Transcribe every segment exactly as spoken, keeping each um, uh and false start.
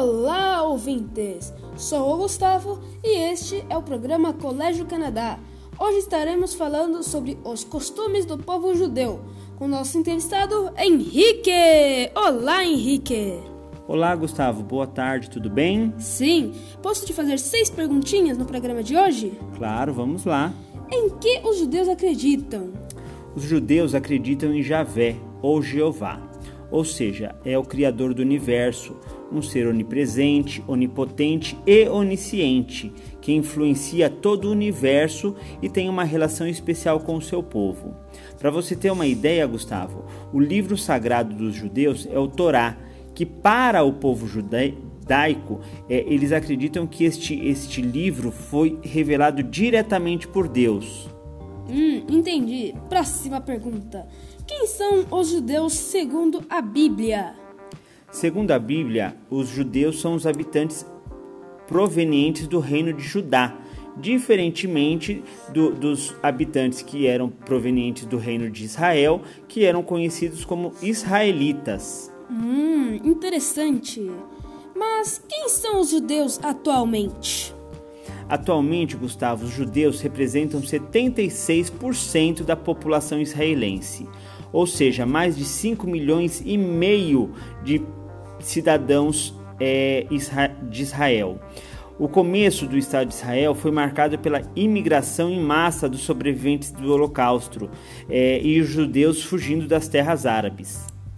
Olá, ouvintes! Sou o Gustavo e este é o programa Colégio Canadá. Hoje estaremos falando sobre os costumes do povo judeu, com nosso entrevistado Henrique. Olá, Henrique! Olá, Gustavo. Boa tarde, tudo bem? Sim. Posso te fazer seis perguntinhas no programa de hoje? Claro, vamos lá. Em que os judeus acreditam? Os judeus acreditam em Javé, ou Jeová, ou seja, é o Criador do universo, um ser onipresente, onipotente e onisciente, que influencia todo o universo e tem uma relação especial com o seu povo. Para você ter uma ideia, Gustavo, o livro sagrado dos judeus é o Torá, que para o povo judaico, é, eles acreditam que este, este livro foi revelado diretamente por Deus. Hum, entendi. Próxima pergunta. Quem são os judeus segundo a Bíblia? Segundo a Bíblia, os judeus são os habitantes provenientes do reino de Judá, diferentemente do, dos habitantes que eram provenientes do reino de Israel, que eram conhecidos como israelitas. Hum, interessante. Mas quem são os judeus atualmente? Atualmente, Gustavo, os judeus representam setenta e seis por cento da população israelense, ou seja, mais de cinco milhões e meio de cidadãos é, de Israel. O começo do Estado de Israel foi marcado pela imigração em massa dos sobreviventes do Holocausto é, e os judeus fugindo das terras árabes.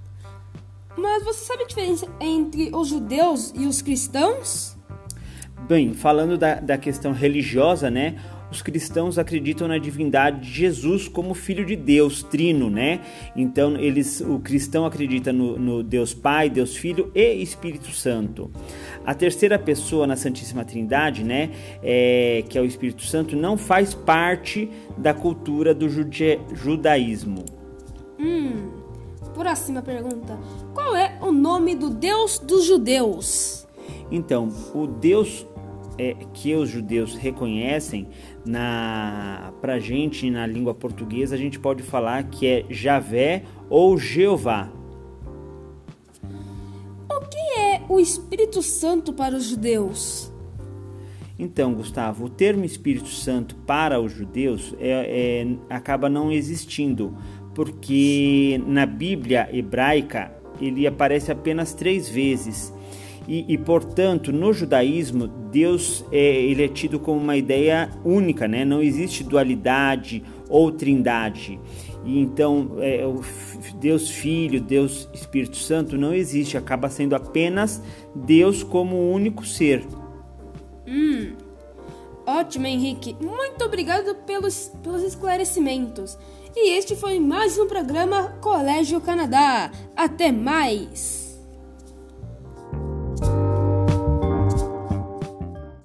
Mas você sabe a diferença entre os judeus e os cristãos? Bem, falando da, da questão religiosa, né? Os cristãos acreditam na divindade de Jesus como Filho de Deus, trino, né? Então, eles, o cristão acredita no, no Deus Pai, Deus Filho e Espírito Santo. A terceira pessoa na Santíssima Trindade, né? É, que é o Espírito Santo, não faz parte da cultura do jude, judaísmo. Hum, próxima pergunta. Qual é o nome do Deus dos judeus? Então, o Deus é, que os judeus reconhecem, na, pra gente, na língua portuguesa, a gente pode falar que é Javé ou Jeová. O que é o Espírito Santo para os judeus? Então, Gustavo, o termo Espírito Santo para os judeus é, é, acaba não existindo, porque na Bíblia hebraica ele aparece apenas três vezes. E, e, portanto, no judaísmo, Deus é, ele é tido como uma ideia única, né? Não existe dualidade ou trindade. E então, é, o Deus Filho, Deus Espírito Santo não existe, acaba sendo apenas Deus como único ser. Hum, ótimo, Henrique. Muito obrigado pelos, pelos esclarecimentos. E este foi mais um programa Colégio Canadá. Até mais!